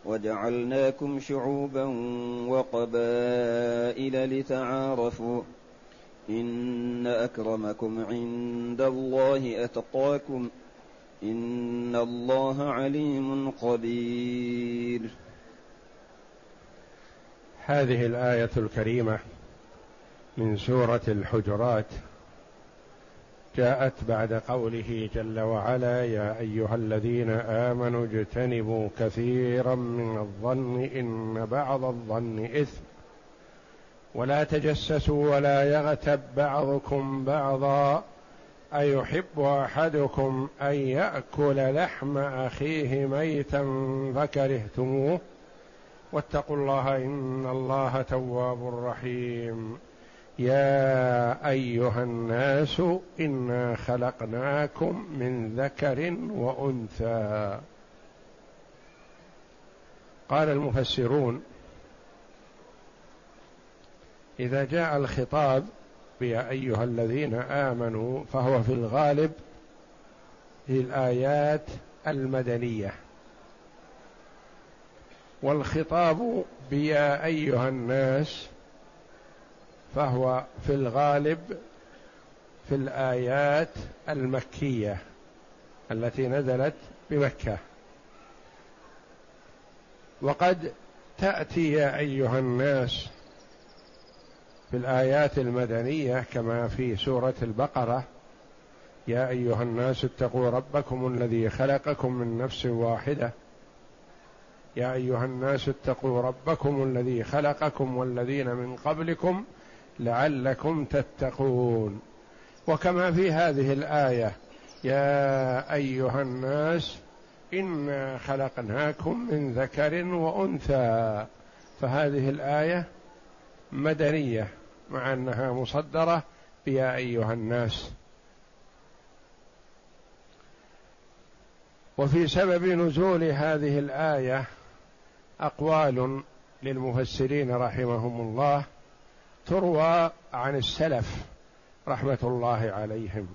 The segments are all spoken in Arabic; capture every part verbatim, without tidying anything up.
وجعلناكم شعوبا وقبائل لتعارفوا إن أكرمكم عند الله أتقاكم إن الله عليم خبير. هذه الآية الكريمة من سورة الحجرات جاءت بعد قوله جل وعلا: يا أيها الذين آمنوا اجتنبوا كثيرا من الظن إن بعض الظن إثم ولا تجسسوا ولا يغتب بعضكم بعضا أيحب أحدكم أن يأكل لحم أخيه ميتا فكرهتموه واتقوا الله إن الله تواب رحيم. يا أيها الناس إنا خلقناكم من ذكر وأنثى. قال المفسرون: إذا جاء الخطاب يا أيها الذين آمنوا فهو في الغالب في الآيات المدنية، والخطاب بيا أيها الناس فهو في الغالب في الآيات المكية التي نزلت بمكة. وقد تأتي يا أيها الناس في الآيات المدنية كما في سورة البقرة: يا أيها الناس اتقوا ربكم الذي خلقكم من نفس واحدة، يا أيها الناس اتقوا ربكم الذي خلقكم والذين من قبلكم لعلكم تتقون. وكما في هذه الآية: يا أيها الناس إنا خلقناكم من ذكر وأنثى، فهذه الآية مدنية مع أنها مصدرة بيا أيها الناس. وفي سبب نزول هذه الآية أقوال للمفسرين رحمهم الله تروى عن السلف رحمة الله عليهم.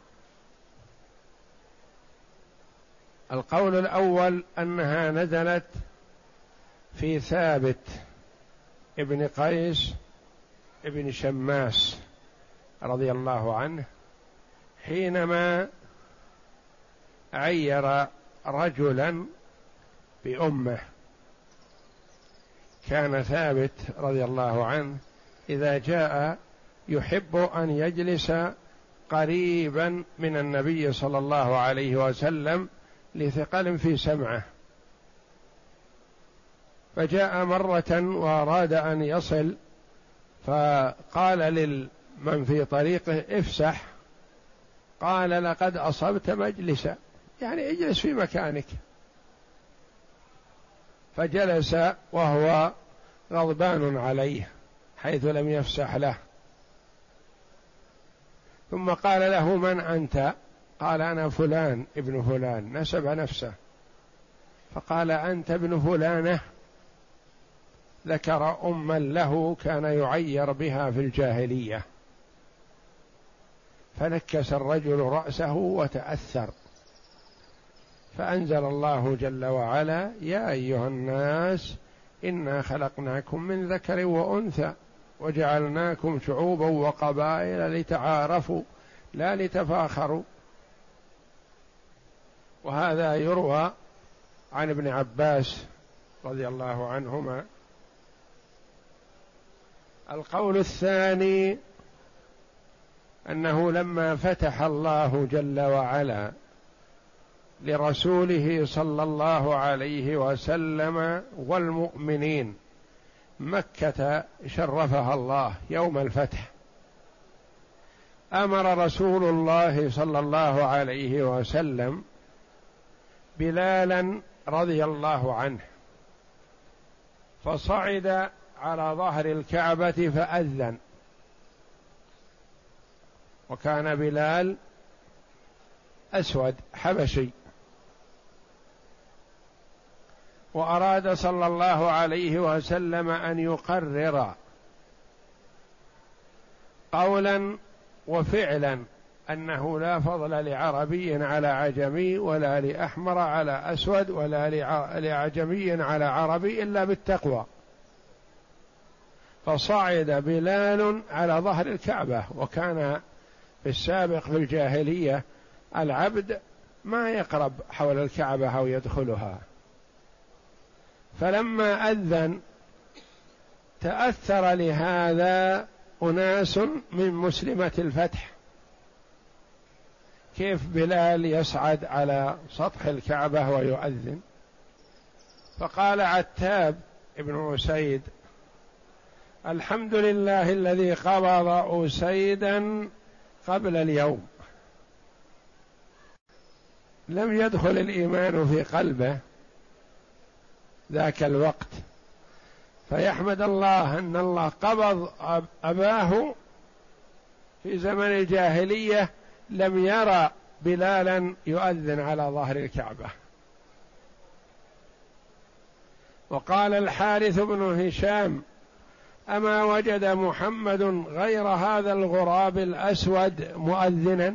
القول الأول أنها نزلت في ثابت ابن قيس ابن شماس رضي الله عنه حينما عير رجلا بأمه. كان ثابت رضي الله عنه إذا جاء يحب أن يجلس قريبا من النبي صلى الله عليه وسلم لثقل في سمعه، فجاء مرة وأراد أن يصل فقال لمن في طريقه: افسح. قال: لقد أصبت مجلسا، يعني اجلس في مكانك. فجلس وهو غضبان عليه حيث لم يفسح له، ثم قال له: من أنت؟ قال: أنا فلان ابن فلان، نسب نفسه. فقال: أنت ابن فلانة. ذكر أما له كان يعير بها في الجاهلية، فنكس الرجل رأسه وتأثر، فأنزل الله جل وعلا: يا أيها الناس إنا خلقناكم من ذكر وأنثى وجعلناكم شعوبا وقبائل لتعارفوا لا لتفاخروا. وهذا يروى عن ابن عباس رضي الله عنهما. القول الثاني أنه لما فتح الله جل وعلا لرسوله صلى الله عليه وسلم والمؤمنين مكة شرفها الله يوم الفتح، أمر رسول الله صلى الله عليه وسلم بلالا رضي الله عنه فصعد على ظهر الكعبة فأذن. وكان بلال أسود حبشي، وأراد صلى الله عليه وسلم أن يقرر قولا وفعلا أنه لا فضل لعربي على عجمي ولا لأحمر على أسود ولا لعجمي على عربي إلا بالتقوى. فصعد بلال على ظهر الكعبة، وكان في السابق في الجاهلية العبد ما يقرب حول الكعبة أو يدخلها، فلما أذن تأثر لهذا أناس من مسلمة الفتح، كيف بلال يصعد على سطح الكعبة ويؤذن؟ فقال عتاب ابن أسيد: الحمد لله الذي قبض أسيدا قبل اليوم. لم يدخل الإيمان في قلبه ذاك الوقت، فيحمد الله أن الله قبض أباه في زمن الجاهلية، لم يرى بلالا يؤذن على ظهر الكعبة. وقال الحارث بن هشام: أما وجد محمد غير هذا الغراب الأسود مؤذنا؟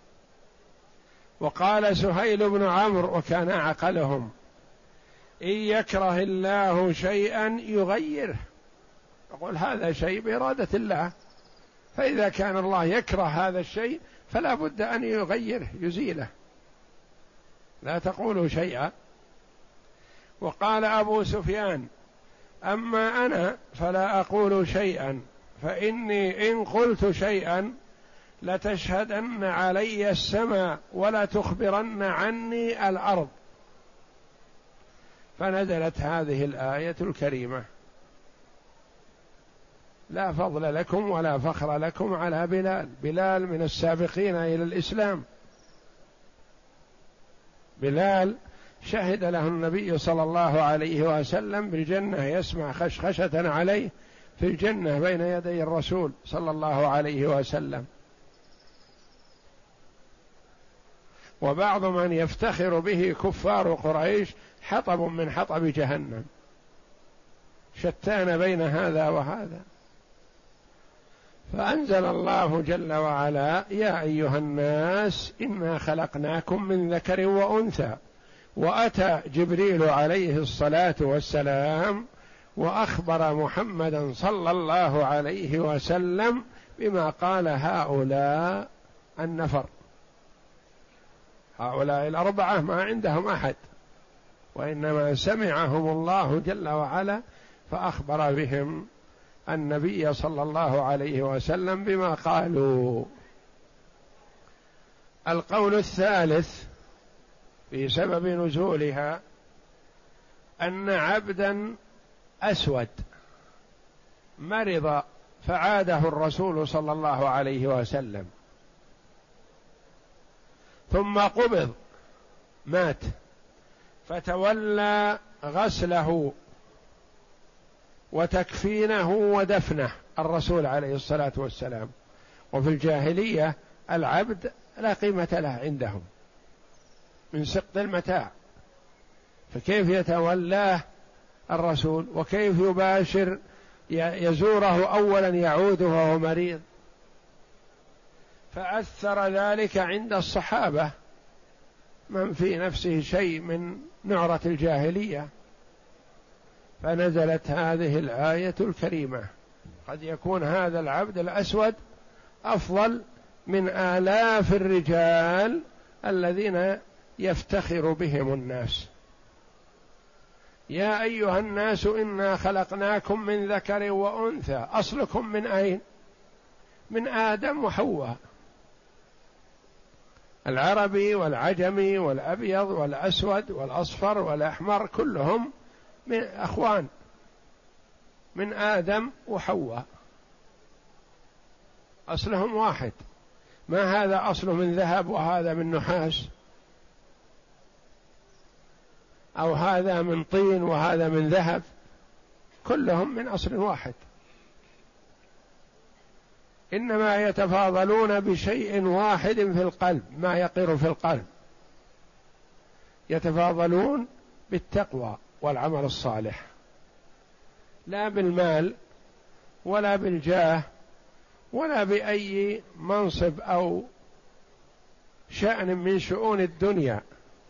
وقال سهيل بن عمرو وكان أعقلهم: إن يكره الله شيئا يغيره. يقول هذا شيء بإرادة الله، فإذا كان الله يكره هذا الشيء فلا بد أن يغيره يزيله، لا تقولوا شيئا. وقال أبو سفيان: أما أنا فلا أقول شيئا، فإني إن قلت شيئا لتشهدن علي السماء ولا تخبرن عني الأرض. فنزلت هذه الآية الكريمة: لا فضل لكم ولا فخر لكم على بلال. بلال من السابقين إلى الإسلام، بلال شهد له النبي صلى الله عليه وسلم بالجنة، يسمع خشخشة عليه في الجنة بين يدي الرسول صلى الله عليه وسلم. وبعض من يفتخر به كفار قريش حطب من حطب جهنم، شتان بين هذا وهذا. فأنزل الله جل وعلا: يا أيها الناس إنا خلقناكم من ذكر وأنثى. وأتى جبريل عليه الصلاة والسلام وأخبر محمدا صلى الله عليه وسلم بما قال هؤلاء النفر، هؤلاء الأربعة ما عندهم أحد، وإنما سمعهم الله جل وعلا فأخبر بهم النبي صلى الله عليه وسلم بما قالوا. القول الثالث في سبب نزولها أن عبدا أسود مرض فعاده الرسول صلى الله عليه وسلم، ثم قبض مات، فتولى غسله وتكفينه ودفنه الرسول عليه الصلاة والسلام. وفي الجاهلية العبد لا قيمة له عندهم من سقط المتاع، فكيف يتولاه الرسول؟ وكيف يباشر يزوره أولا يعود وهو مريض؟ فأثر ذلك عند الصحابة من في نفسه شيء من نعرة الجاهلية، فنزلت هذه الآية الكريمة: قد يكون هذا العبد الأسود أفضل من آلاف الرجال الذين يفتخر بهم الناس. يا أيها الناس إنا خلقناكم من ذكر وأنثى. أصلكم من أين؟ من آدم وحواء. العربي والعجمي والأبيض والأسود والأصفر والأحمر كلهم من أخوان، من آدم وحواء، أصلهم واحد. ما هذا أصله من ذهب وهذا من نحاس، أو هذا من طين وهذا من ذهب، كلهم من أصل واحد، إنما يتفاضلون بشيء واحد في القلب، ما يقر في القلب، يتفاضلون بالتقوى والعمل الصالح، لا بالمال ولا بالجاه ولا بأي منصب أو شأن من شؤون الدنيا،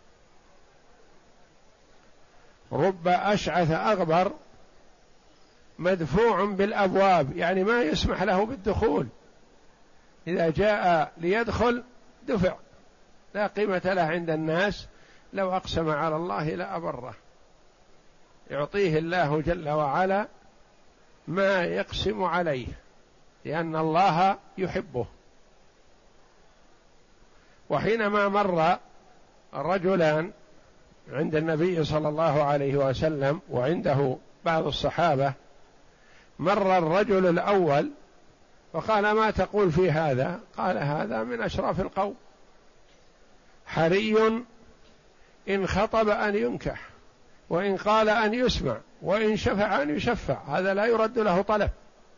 رب أشعث أغبر مدفوع بالأبواب، يعني ما يسمح له بالدخول، إذا جاء ليدخل دفع، لا قيمة له عند الناس، لو أقسم على الله لأبره، يعطيه الله جل وعلا ما يقسم عليه لأن الله يحبه. وحينما مر الرجلان عند النبي صلى الله عليه وسلم وعنده بعض الصحابة، مر الرجل الأول فقال: ما تقول في هذا؟ قال: هذا من أشراف القوم، حري إن خطب أن ينكح، وإن قال أن يسمع، وإن شفع أن يشفع، هذا لا يرد له طلب،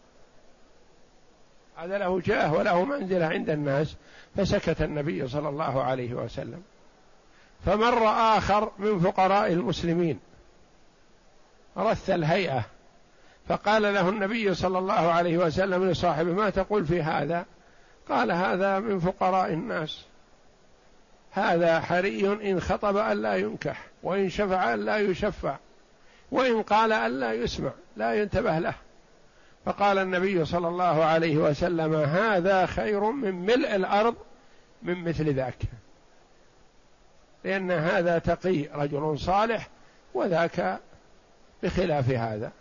هذا له جاه وله منزلة عند الناس. فسكت النبي صلى الله عليه وسلم. فمر آخر من فقراء المسلمين رث الهيئة، فقال له النبي صلى الله عليه وسلم لصاحبه: ما تقول في هذا؟ قال: هذا من فقراء الناس، هذا حري إن خطب أن لا ينكح، وإن شفع أن لا يشفع، وإن قال أن لا يسمع، لا ينتبه له. فقال النبي صلى الله عليه وسلم: هذا خير من ملء الأرض من مثل ذاك، لأن هذا تقي رجل صالح، وذاك بخلاف هذا.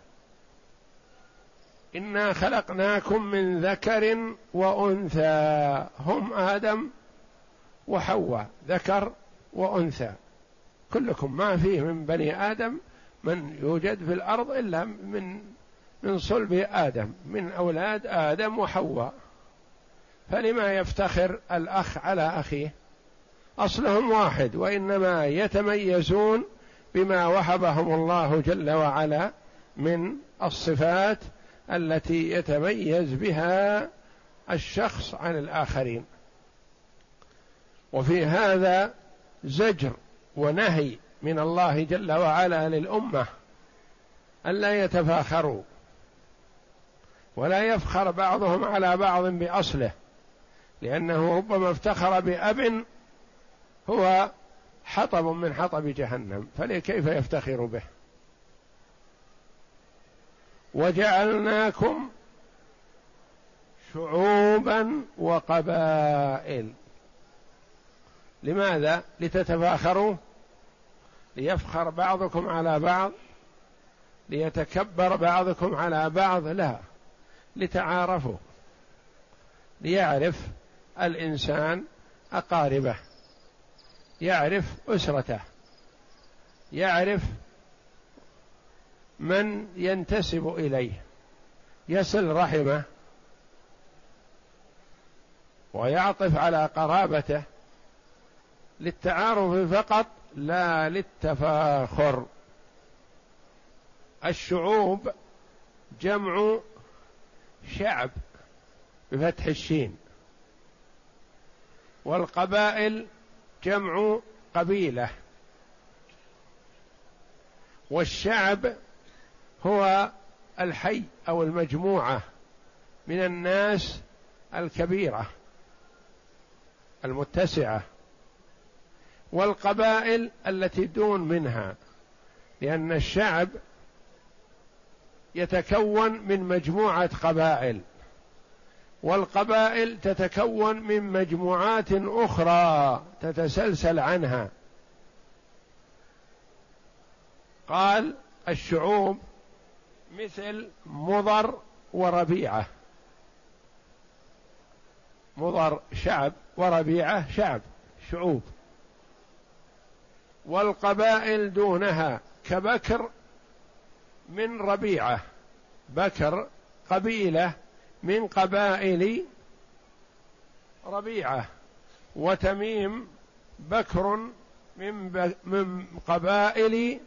إنا خلقناكم من ذكر وأنثى، هم آدم وحواء، ذكر وأنثى، كلكم ما فيه من بني آدم من يوجد في الأرض إلا من من صلب آدم، من أولاد آدم وحواء، فلما يفتخر الأخ على أخيه؟ أصلهم واحد، وإنما يتميزون بما وهبهم الله جل وعلا من الصفات التي يتميز بها الشخص عن الآخرين. وفي هذا زجر ونهي من الله جل وعلا للأمة ألا يتفاخروا، ولا يفخر بعضهم على بعض بأصله، لأنه ربما افتخر بأب هو حطب من حطب جهنم، فكيف يفتخر به؟ وجعلناكم شعوبا وقبائل. لماذا؟ لتتفاخروا؟ ليفخر بعضكم على بعض؟ ليتكبر بعضكم على بعض؟ لا، لتعارفوا، ليعرف الإنسان أقاربه، يعرف أسرته، يعرف من ينتسب إليه، يصل رحمه ويعطف على قرابته، للتعارف فقط لا للتفاخر. الشعوب جمع شعب بفتح الشين، والقبائل جمع قبيلة، والشعب هو الحي أو المجموعة من الناس الكبيرة المتسعة، والقبائل التي دون منها، لأن الشعب يتكون من مجموعة قبائل، والقبائل تتكون من مجموعات أخرى تتسلسل عنها. قال: الشعوب مثل مضر وربيعة، مضر شعب وربيعة شعب، شعوب. والقبائل دونها كبكر من ربيعة، بكر قبيلة من قبائل ربيعة، وتميم بكر من من قبائل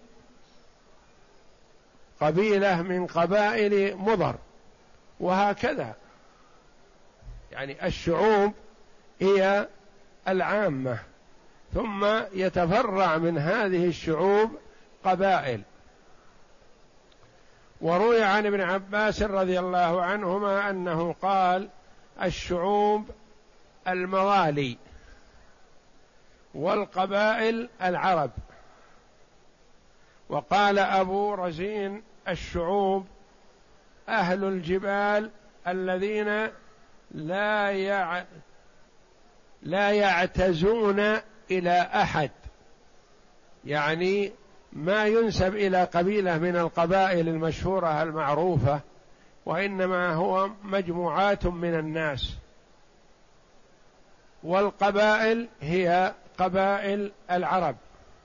قبيلة من قبائل مضر، وهكذا. يعني الشعوب هي العامة، ثم يتفرع من هذه الشعوب قبائل. وروي عن ابن عباس رضي الله عنهما أنه قال: الشعوب الموالي، والقبائل العرب. وقال أبو رزين الشعوب أهل الجبال الذين لا يع... لا يعتزون إلى أحد، يعني ما ينسب إلى قبيلة من القبائل المشهورة المعروفة، وإنما هو مجموعات من الناس. والقبائل هي قبائل العرب.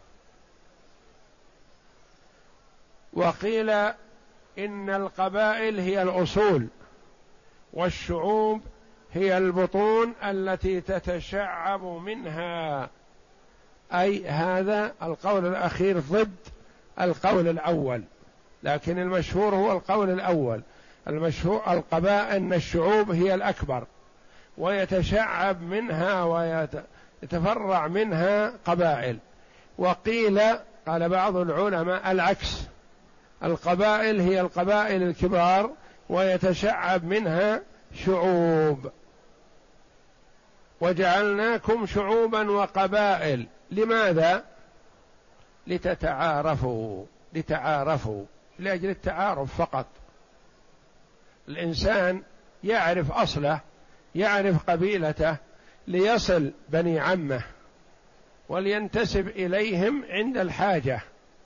وقيل إن القبائل هي الأصول، والشعوب هي البطون التي تتشعب منها، أي هذا القول الأخير ضد القول الأول، لكن المشهور هو القول الأول. المشهور القبائل أن الشعوب هي الأكبر، ويتشعب منها ويتفرع منها قبائل. وقيل قال بعض العلماء العكس، القبائل هي القبائل الكبار ويتشعب منها شعوب. وجعلناكم شعوبا وقبائل، لماذا؟ لتتعارفوا، لتعارفوا لأجل التعارف فقط. الإنسان يعرف أصله، يعرف قبيلته، ليصل بني عمه ولينتسب إليهم عند الحاجة،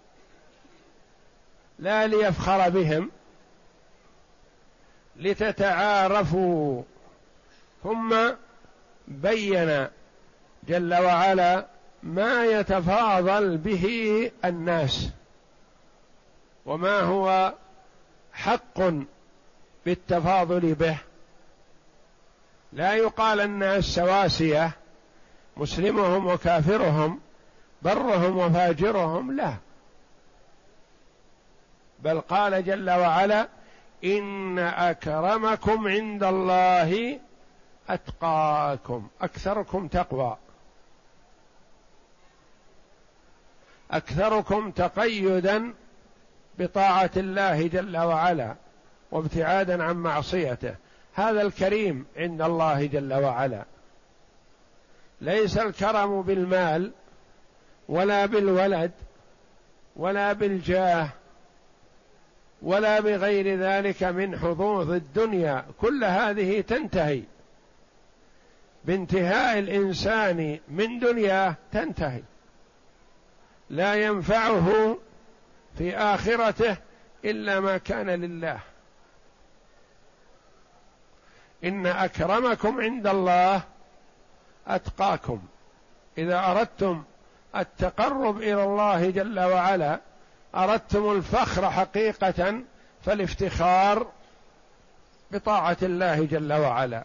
لا ليفخر بهم، لتتعارفوا. ثم بين جل وعلا ما يتفاضل به الناس، وما هو حق بالتفاضل به. لا يقال الناس سواسية، مسلمهم وكافرهم، برهم وفاجرهم، لا، بل قال جل وعلا إن أكرمكم عند الله أتقاكم، أكثركم تقوى، أكثركم تقيدا بطاعة الله جل وعلا وابتعادا عن معصيته. هذا الكريم عند الله جل وعلا. ليس الكرم بالمال ولا بالولد ولا بالجاه ولا بغير ذلك من حظوظ الدنيا، كل هذه تنتهي بانتهاء الإنسان من دنياه، تنتهي، لا ينفعه في آخرته إلا ما كان لله. إن أكرمكم عند الله أتقاكم. إذا أردتم التقرب إلى الله جل وعلا، أردتم الفخر حقيقة، فالافتخار بطاعة الله جل وعلا،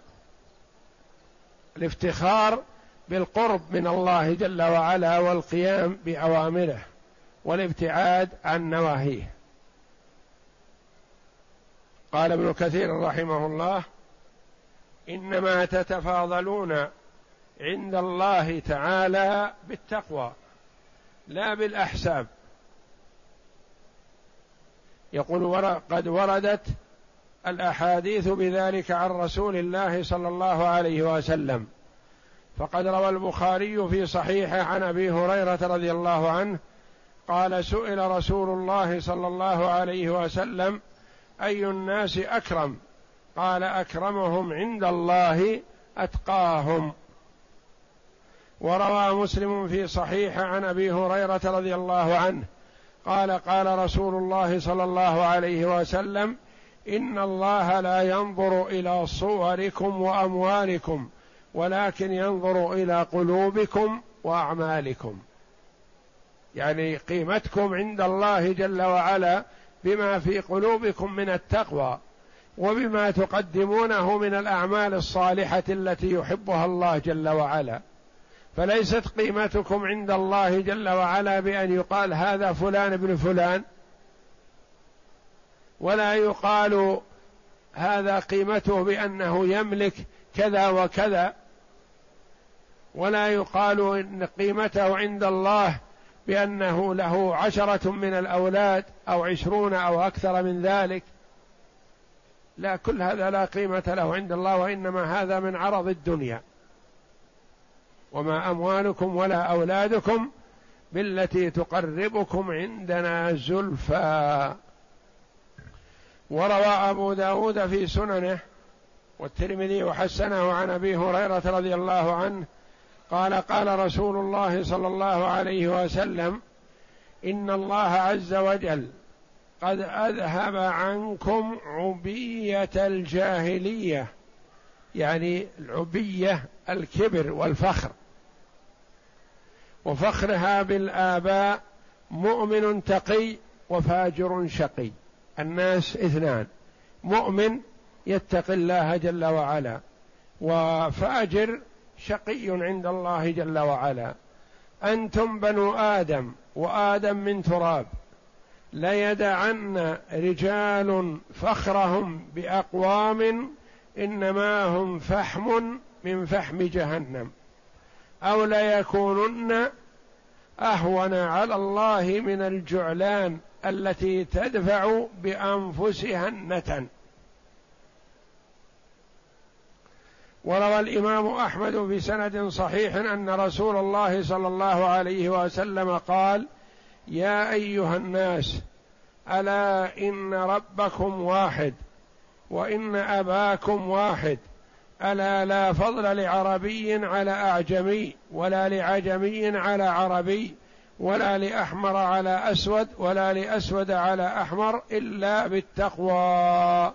الافتخار بالقرب من الله جل وعلا والقيام بأوامره والابتعاد عن نواهيه. قال ابن كثير رحمه الله إنما تتفاضلون عند الله تعالى بالتقوى لا بالأحساب. يقول قد وردت الأحاديث بذلك عن رسول الله صلى الله عليه وسلم، فقد روى البخاري في صحيحه عن أبي هريرة رضي الله عنه قال سئل رسول الله صلى الله عليه وسلم أي الناس أكرم؟ قال أكرمهم عند الله أتقاهم. وروى مسلم في صحيح عن أبي هريرة رضي الله عنه قال قال رسول الله صلى الله عليه وسلم إن الله لا ينظر إلى صوركم وأموالكم ولكن ينظر إلى قلوبكم وأعمالكم، يعني قيمتكم عند الله جل وعلا بما في قلوبكم من التقوى وبما تقدمونه من الأعمال الصالحة التي يحبها الله جل وعلا. فليست قيمتكم عند الله جل وعلا بأن يقال هذا فلان ابن فلان، ولا يقال هذا قيمته بأنه يملك كذا وكذا، ولا يقال إن قيمته عند الله بأنه له عشرة من الأولاد أو عشرون أو أكثر من ذلك، لا، كل هذا لا قيمة له عند الله، وإنما هذا من عرض الدنيا. وما أموالكم ولا أولادكم بالتي تقربكم عندنا زلفى. وروى أبو داود في سننه والترمذي وحسنه عن أبي هريرة رضي الله عنه قال قال رسول الله صلى الله عليه وسلم: إن الله عز وجل قد أذهب عنكم عبية الجاهلية، يعني العبية الكبر والفخر، وفخرها بالآباء، مؤمن تقي وفاجر شقي. الناس اثنان: مؤمن يتقي الله جل وعلا، وفاجر شقي عند الله جل وعلا. أنتم بنو آدم وآدم من تراب، ليدعن رجال فخرهم بأقوام إنما هم فحم من فحم جهنم، أو ليكونن أهون على الله من الجعلان التي تدفع بأنفسها النتن. وروى الإمام أحمد بسند صحيح أن رسول الله صلى الله عليه وسلم قال: يا أيها الناس، ألا إن ربكم واحد وإن أباكم واحد، ألا لا فضل لعربي على أعجمي، ولا لعجمي على عربي، ولا لأحمر على أسود، ولا لأسود على أحمر، إلا بالتقوى.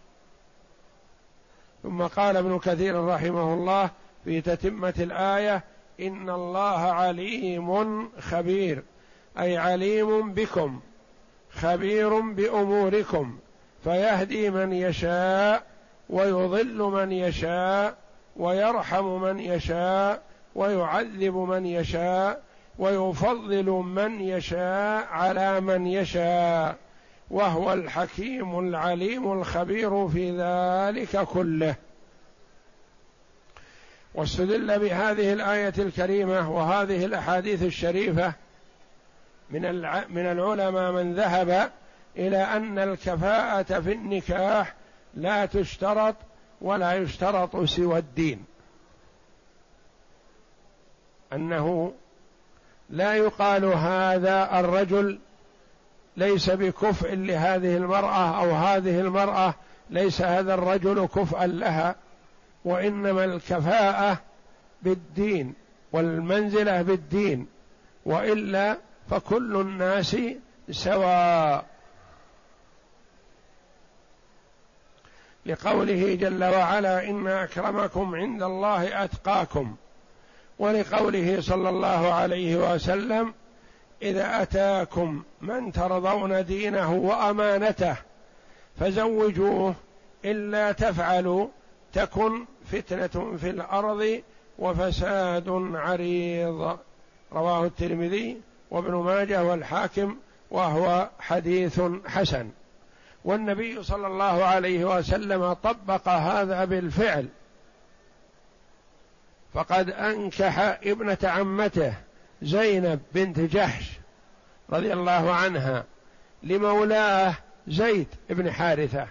ثم قال ابن كثير رحمه الله في تتمة الآية: إن الله عليم خبير، أي عليم بكم خبير بأموركم، فيهدي من يشاء ويضل من يشاء ويرحم من يشاء ويعذب من يشاء ويفضل من يشاء على من يشاء، وهو الحكيم العليم الخبير في ذلك كله. واستدل بهذه الآية الكريمة وهذه الأحاديث الشريفة من من العلماء من ذهب إلى أن الكفاءة في النكاح لا تشترط ولا يشترط سوى الدين، أنه لا يقال هذا الرجل ليس بكفء لهذه المرأة، أو هذه المرأة ليس هذا الرجل كفءا لها، وإنما الكفاءة بالدين والمنزلة بالدين، وإلا فكل الناس سواء، لقوله جل وعلا: إن أكرمكم عند الله أتقاكم، ولقوله صلى الله عليه وسلم: إذا أتاكم من ترضون دينه وأمانته فزوجوه، إلا تفعلوا تكن فتنة في الأرض وفساد عريض. رواه الترمذي وابن ماجه والحاكم، وهو حديث حسن. والنبي صلى الله عليه وسلم طبق هذا بالفعل، فقد أنكح ابنة عمته زينب بنت جحش رضي الله عنها لمولاه زيد بن حارثة،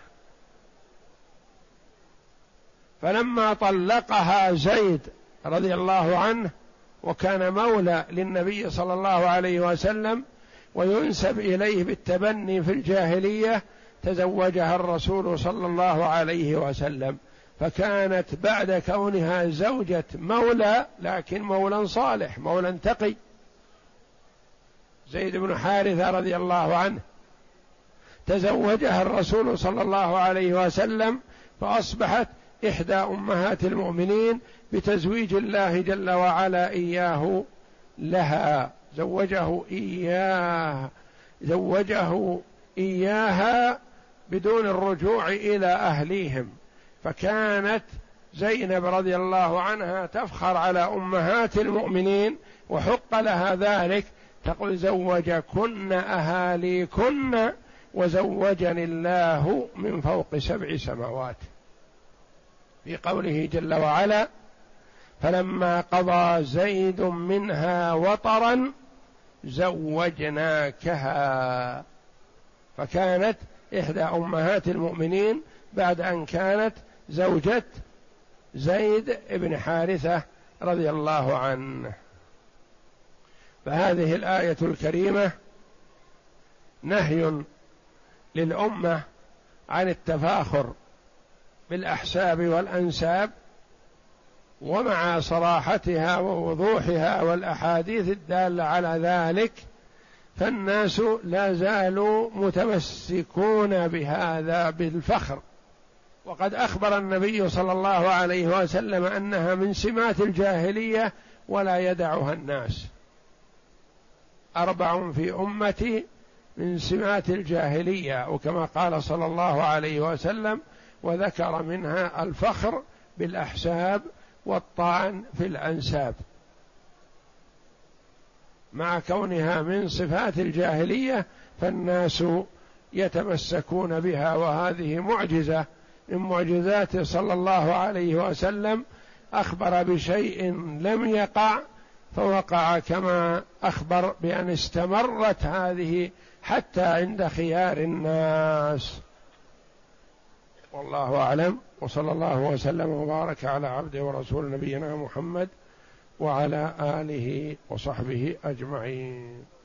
فلما طلقها زيد رضي الله عنه وكان مولى للنبي صلى الله عليه وسلم وينسب إليه بالتبني في الجاهلية، تزوجها الرسول صلى الله عليه وسلم، فكانت بعد كونها زوجة مولى لكن مولى صالح مولى تقي زيد بن حارثة رضي الله عنه، تزوجها الرسول صلى الله عليه وسلم، فأصبحت إحدى أمهات المؤمنين بتزويج الله جل وعلا إياه لها، زوجه إياه زوجه إياها بدون الرجوع إلى أهليهم. فكانت زينب رضي الله عنها تفخر على أمهات المؤمنين وحق لها ذلك، تقول: زوجكن أهاليكن وزوجني الله من فوق سبع سماوات، في قوله جل وعلا: فلما قضى زيد منها وطرا زوجناكها. فكانت إحدى أمهات المؤمنين بعد أن كانت زوجة زيد بن حارثة رضي الله عنه. فهذه الآية الكريمة نهي للأمة عن التفاخر بالأحساب والأنساب، ومع صراحتها ووضوحها والأحاديث الدالة على ذلك فالناس لا زالوا متمسكون بهذا بالفخر. وقد أخبر النبي صلى الله عليه وسلم أنها من سمات الجاهلية ولا يدعها الناس. أربع في أمتي من سمات الجاهلية، وكما قال صلى الله عليه وسلم، وذكر منها الفخر بالأحساب والطعن في الأنساب. مع كونها من صفات الجاهلية فالناس يتمسكون بها، وهذه معجزة من معجزاته صلى الله عليه وسلم، أخبر بشيء لم يقع فوقع، كما أخبر بأن استمرت هذه حتى عند خيار الناس. والله أعلم، وصلى الله وسلم وبارك على عبده ورسول نبينا محمد وعلى آله وصحبه أجمعين.